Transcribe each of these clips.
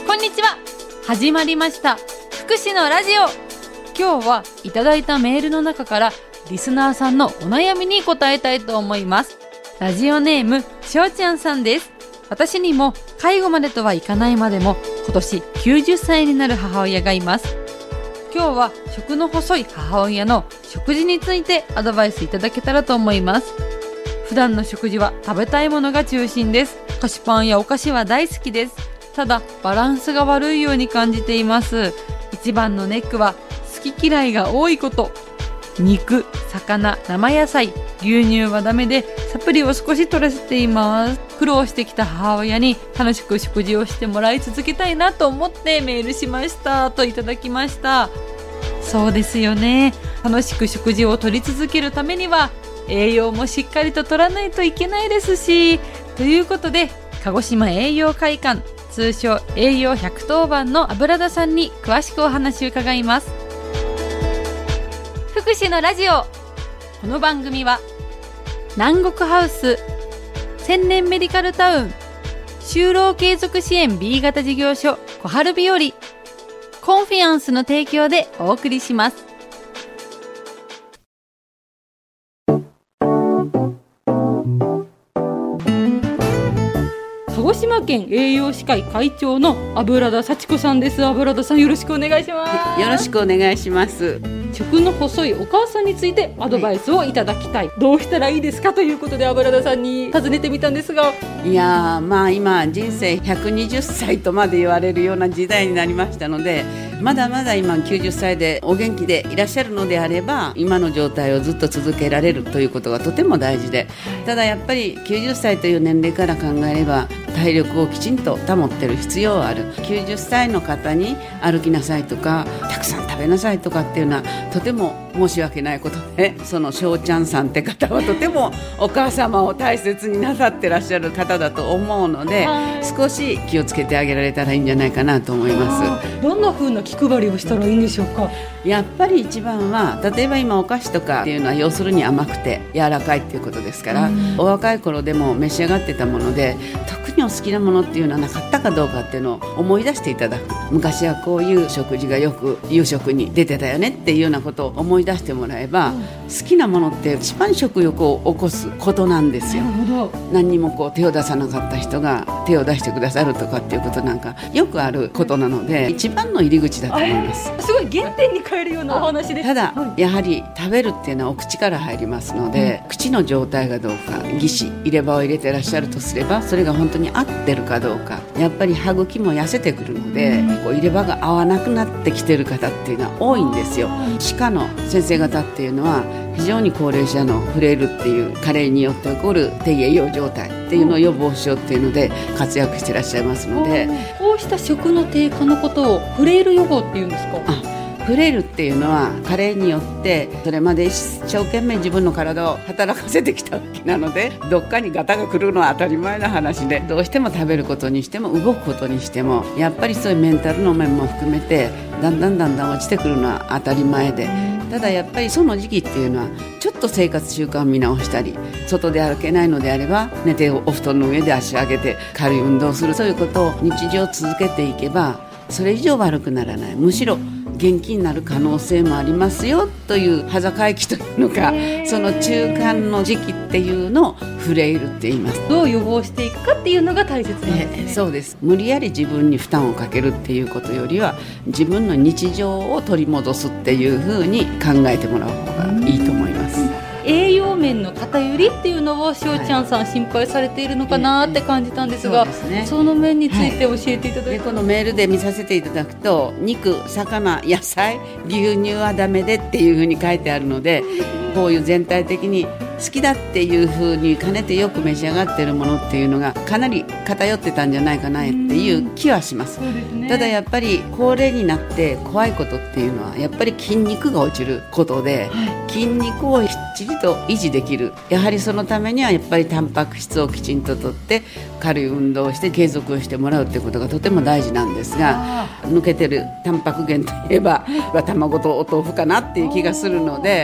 こんにちは。始まりました福祉のラジオ。今日はいただいたメールの中からリスナーさんのお悩みに答えたいと思います。ラジオネームしょうちゃんさんです。私にも介護までとはいかないまでも今年90歳になる母親がいます。今日は食の細い母親の食事についてアドバイスいただけたらと思います。普段の食事は食べたいものが中心です。菓子パンやお菓子は大好きです。ただバランスが悪いように感じています。一番のネックは好き嫌いが多いこと。肉、魚、生野菜、牛乳はダメでサプリを少し取らせています。苦労してきた母親に楽しく食事をしてもらい続けたいなと思ってメールしましたといただきました。そうですよね。楽しく食事を取り続けるためには栄養もしっかりと取らないといけないですし、ということで鹿児島栄養会館、通称栄養110番の油田さんに詳しくお話を伺います。福祉のラジオ。この番組は南国ハウス、千年メディカルタウン、就労継続支援 B 型事業所小春日和、コンフィアンスの提供でお送りします。鹿児島県栄養士会会長の油田幸子さんです。油田さん、よろしくお願いします。 よろしくお願いします。 食の細いお母さんについてアドバイスをいただきたい、どうしたらいいですかということで油田さんに尋ねてみたんですが、 いや今人生120歳とまで言われるような時代になりましたので、まだまだ今90歳でお元気でいらっしゃるのであれば、今の状態をずっと続けられるということがとても大事で、ただやっぱり90歳という年齢から考えれば体力をきちんと保っている必要はある。90歳の方に歩きなさいとかたくさん食べなさいとかっていうのはとても申し訳ないことで、そのしょうちゃんさんって方はとてもお母様を大切になさってらっしゃる方だと思うので、少し気をつけてあげられたらいいんじゃないかなと思います。 どんな風な気配りをしたらいいんでしょうか。 やっぱり一番は、例えば今お菓子とかっていうのは要するに甘くて柔らかいっていうことですから、お若い頃でも召し上がってたもので特にお好きなものっていうのはなかったかどうかっていうのを思い出していただく。昔はこういう食事がよく夕食に出てたよねっていうようなことを思い出してもらえば、好きなものって一番食欲を起こすことなんですよ。何にも手を出さなかった人が手を出してくださるとかっていうことなんかよくあることなので、一番の入り口だと思います。 すごい原点に変えるようなお話です。 ただ、やはり食べるっていうのはお口から入りますので、口の状態がどうか、義歯入れ歯を入れてらっしゃるとすればそれが本当に合ってるかどうか。やっぱり歯茎も痩せてくるので、入れ歯が合わなくなってきてる方っていうのは多いんですよ。歯科の先生方っていうのは非常に高齢者のフレイルっていう加齢によって起こる低栄養状態っていうのを予防しようっていうので活躍してらっしゃいますので、 こうした食の低下のことをフレイル予防っていうんですか。 フレイルっていうのは加齢によってそれまで一生懸命自分の体を働かせてきたわけなので、どっかにガタが来るのは当たり前な話で、どうしても食べることにしても動くことにしてもやっぱりそういうメンタルの面も含めてだんだん落ちてくるのは当たり前で、ただやっぱりその時期っていうのはちょっと生活習慣を見直したり、外で歩けないのであれば寝てお布団の上で足を上げて軽い運動をする、そういうことを日常続けていけばそれ以上悪くならない、むしろ元気になる可能性もありますよという端境期というのか、その中間の時期っていうのをフレイルって言います。 どう予防していくかっていうのが大切なんですね。 そうです。無理やり自分に負担をかけるっていうことよりは自分の日常を取り戻すっていうふうに考えてもらう方がいいと思います。 栄養面の偏りっていうのをしょうちゃんさん心配されているのかなって感じたんですが、その面について教えていただいて、 このメールで見させていただくと、肉、魚、野菜、牛乳はダメでっていうふうに書いてあるので、こういう全体的に好きだっていうふうに兼ねてよく召し上がっているものっていうのがかなり偏ってたんじゃないかなっていう気はします。ただやっぱり高齢になって怖いことっていうのはやっぱり筋肉が落ちることで、筋肉をきっちりと維持できる、やはりそのためにはやっぱりタンパク質をきちんととって軽い運動をして継続をしてもらうってことがとても大事なんですが、抜けてるタンパク源といえば卵とお豆腐かなっていう気がするので、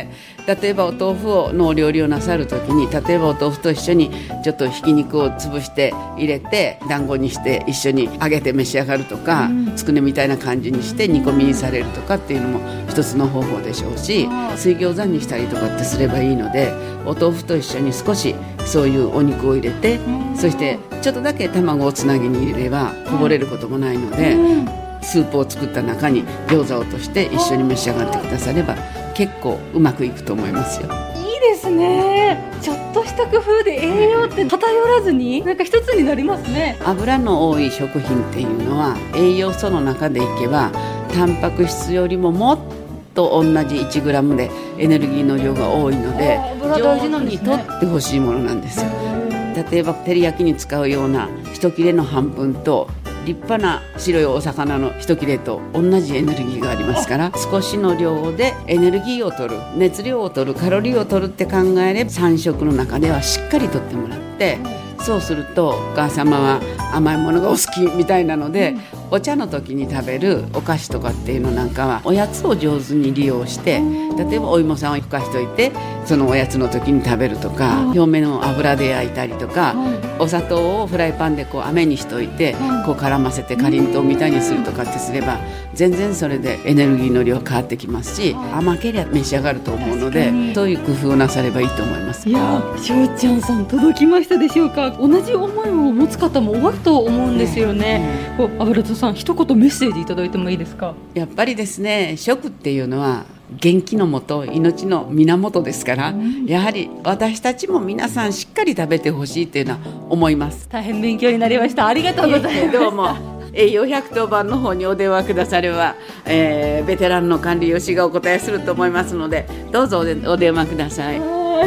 例えばお豆腐のお料理をなさるときに、例えばお豆腐と一緒にちょっとひき肉を潰して入れて団子にして一緒に揚げて召し上がるとか、つくねみたいな感じにして煮込みにされるとかっていうのも一つの方法でしょうし、水餃子にしたりとかってすればいいので、お豆腐と一緒に少しそういうお肉を入れて、そしてちょっとだけ卵をつなぎに入れればこぼれることもないので、スープを作った中に餃子を落として一緒に召し上がってくだされば結構うまくいくと思いますよ。 いいですね。ちょっとした工夫で栄養って偏らずになんか一つになりますね。 油の多い食品っていうのは栄養素の中でいけばタンパク質よりももっと同じ 1g でエネルギーの量が多いので、上手にとってほしいものなんですよ。例えば照り焼きに使うような一切れの半分と立派な白いお魚の一切れと同じエネルギーがありますから、少しの量でエネルギーを取る、熱量を取る、カロリーを取るって考えれば3食の中ではしっかり取ってもらって、そうするとお母様は甘いものがお好きみたいなので、お茶の時に食べるお菓子とかっていうのなんかはおやつを上手に利用して、例えばお芋さんをふかしといてそのおやつの時に食べるとか、表面を油で焼いたりとか、お砂糖をフライパンでこう飴にしといてこう絡ませてかりんとうみたいにするとかってすれば全然それでエネルギーの量変わってきますし、甘ければ召し上がると思うので、そういう工夫をなさればいいと思います。 いや、しょうちゃんさん届きましたでしょうか。同じ思いを持つ方も多いと思うんですよね。油戸さん、一言メッセージいただいてもいいですか。 やっぱりですね、食っていうのは元気のもと、命の源ですから、やはり私たちも皆さんしっかり食べてほしいっていうのは思います。 大変勉強になりました。ありがとうございます。 どうも栄養110番の方にお電話くだされば、ベテランの管理栄養士がお答えすると思いますので、どうぞお電話ください。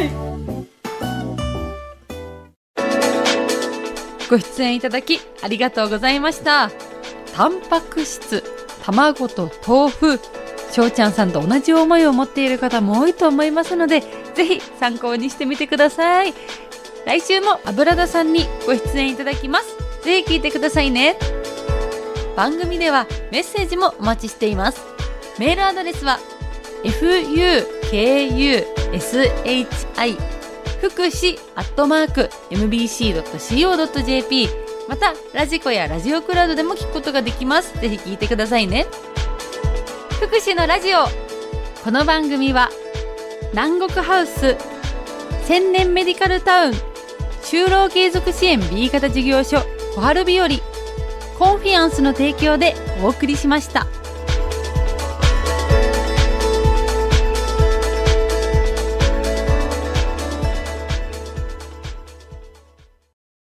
ご出演いただきありがとうございました。タンパク質、卵と豆腐、しょうちゃんさんと同じ思いを持っている方も多いと思いますので、ぜひ参考にしてみてください。来週も油田さんにご出演いただきます。ぜひ聞いてくださいね。番組ではメッセージもお待ちしています。メールアドレスは fukushi福祉@mbc.co.jp、 またラジコやラジオクラウドでも聞くことができます。ぜひ聞いてくださいね。福祉のラジオ、この番組は南国ハウス、千年メディカルタウン、就労継続支援 B 型事業所小春日和、コンフィアンスの提供でお送りしました。